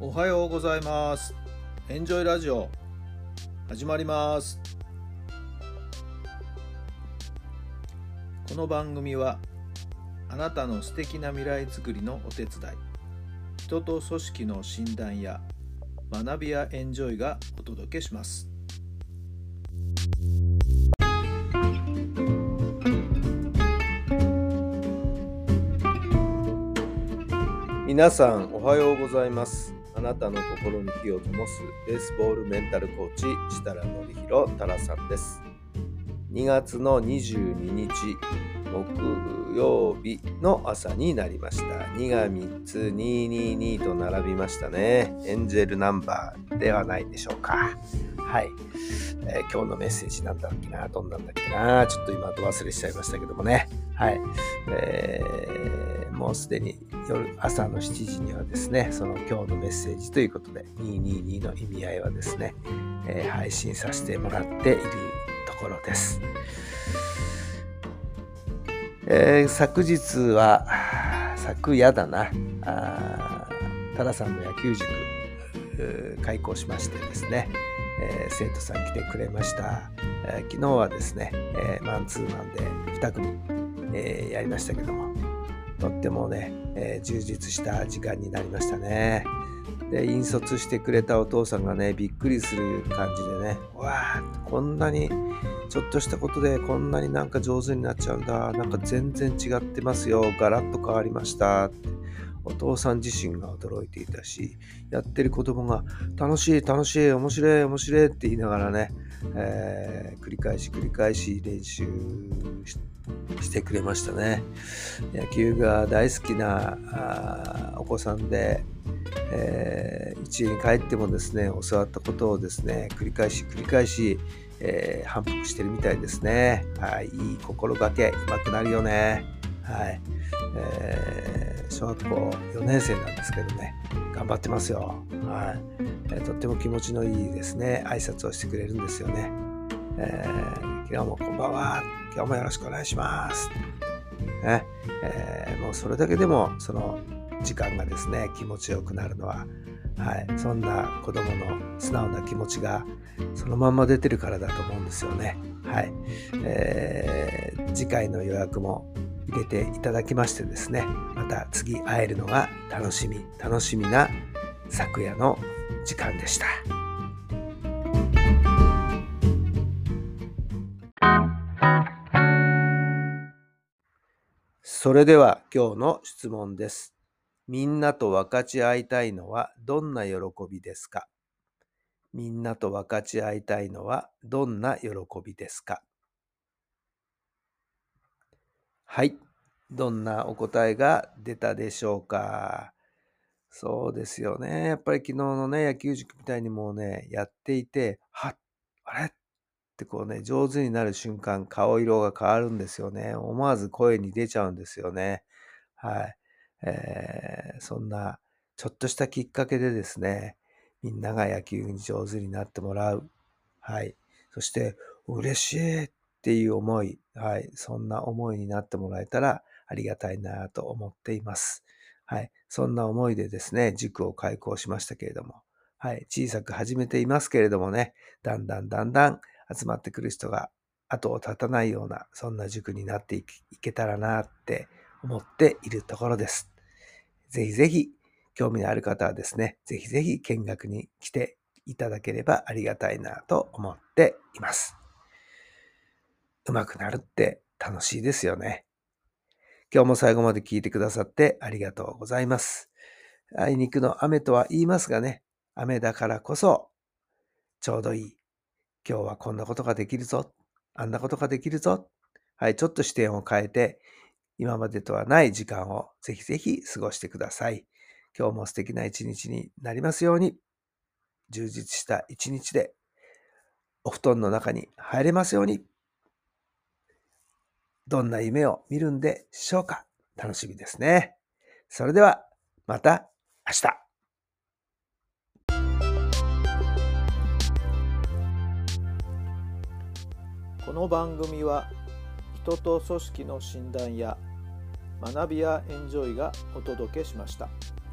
おはようございます。エンジョイラジオ始まります。この番組はあなたの素敵な未来づくりのお手伝い、人と組織の診断や学びやエンジョイがお届けします。皆さんおはようございます。あなたの心に火を灯すベースボールメンタルコーチ設楽範弘太良さんです。2月の22日木曜日の朝になりました。2が3つ222と並びましたね。エンジェルナンバーではないでしょうか。はい、今日のメッセージなんだっけな、どんなんだっけな、ちょっと今ど忘れしちゃいましたけどもね。はい、もうすでに朝の7時にはですね、その今日のメッセージということで222の意味合いはですね、配信させてもらっているところです。昨夜だな、多良さんの野球塾開講しましてですね、生徒さん来てくれました。昨日はですね、マンツーマンで2組、やりましたけども、とってもね、充実した時間になりましたね。で、引率してくれたお父さんがね、びっくりする感じでね、わー、こんなにちょっとしたことでこんなになんか上手になっちゃうんだ、なんか全然違ってますよ、ガラッと変わりましたってお父さん自身が驚いていたし、やってる子供が楽しい楽しい面白い面白いって言いながらね、繰り返し練習してくれましたね。野球が大好きなお子さんで、家に帰ってもですね、教わったことをですね、繰り返し、反復してるみたいですね。はい、いい心がけ、うまくなるよね。はい、小学校4年生なんですけどね、頑張ってますよ。はい、とっても気持ちのいいですね、挨拶をしてくれるんですよね。今日もこんばんは、今日もよろしくお願いします。ね、もうそれだけでもその時間がですね、気持ちよくなるのは、はい、そんな子供の素直な気持ちがそのまんま出てるからだと思うんですよね。はい、次回の予約も入れていただきましてですね、また次会えるのが楽しみな昨夜の時間でした。それでは今日の質問です。みんなと分かち合いたいのはどんな喜びですか？みんなと分かち合いたいのはどんな喜びですか？はい。どんなお答えが出たでしょうか？そうですよね。やっぱり昨日のね、野球塾みたいにもうね、やっていて、あれってこうね、上手になる瞬間、顔色が変わるんですよね。思わず声に出ちゃうんですよね。はい。そんな、ちょっとしたきっかけでですね、みんなが野球に上手になってもらう。はい。そして、嬉しいっていう思い。はい。そんな思いになってもらえたらありがたいなと思っています。はい。そんな思いでですね、塾を開講しましたけれども、はい。小さく始めていますけれどもね、だんだん集まってくる人が後を絶たないような、そんな塾になっていけたらなって思っているところです。ぜひぜひ興味のある方はですね、ぜひぜひ見学に来ていただければありがたいなと思っています。上手くなるって楽しいですよね。今日も最後まで聞いてくださってありがとうございます。あいにくの雨とは言いますがね、雨だからこそちょうどいい。今日はこんなことができるぞ。あんなことができるぞ。はい、ちょっと視点を変えて、今までとはない時間をぜひぜひ過ごしてください。今日も素敵な一日になりますように、充実した一日でお布団の中に入れますように、どんな夢を見るんでしょうか。楽しみですね。それではまた明日。この番組は人と組織の診断や学びやエンジョイがお届けしました。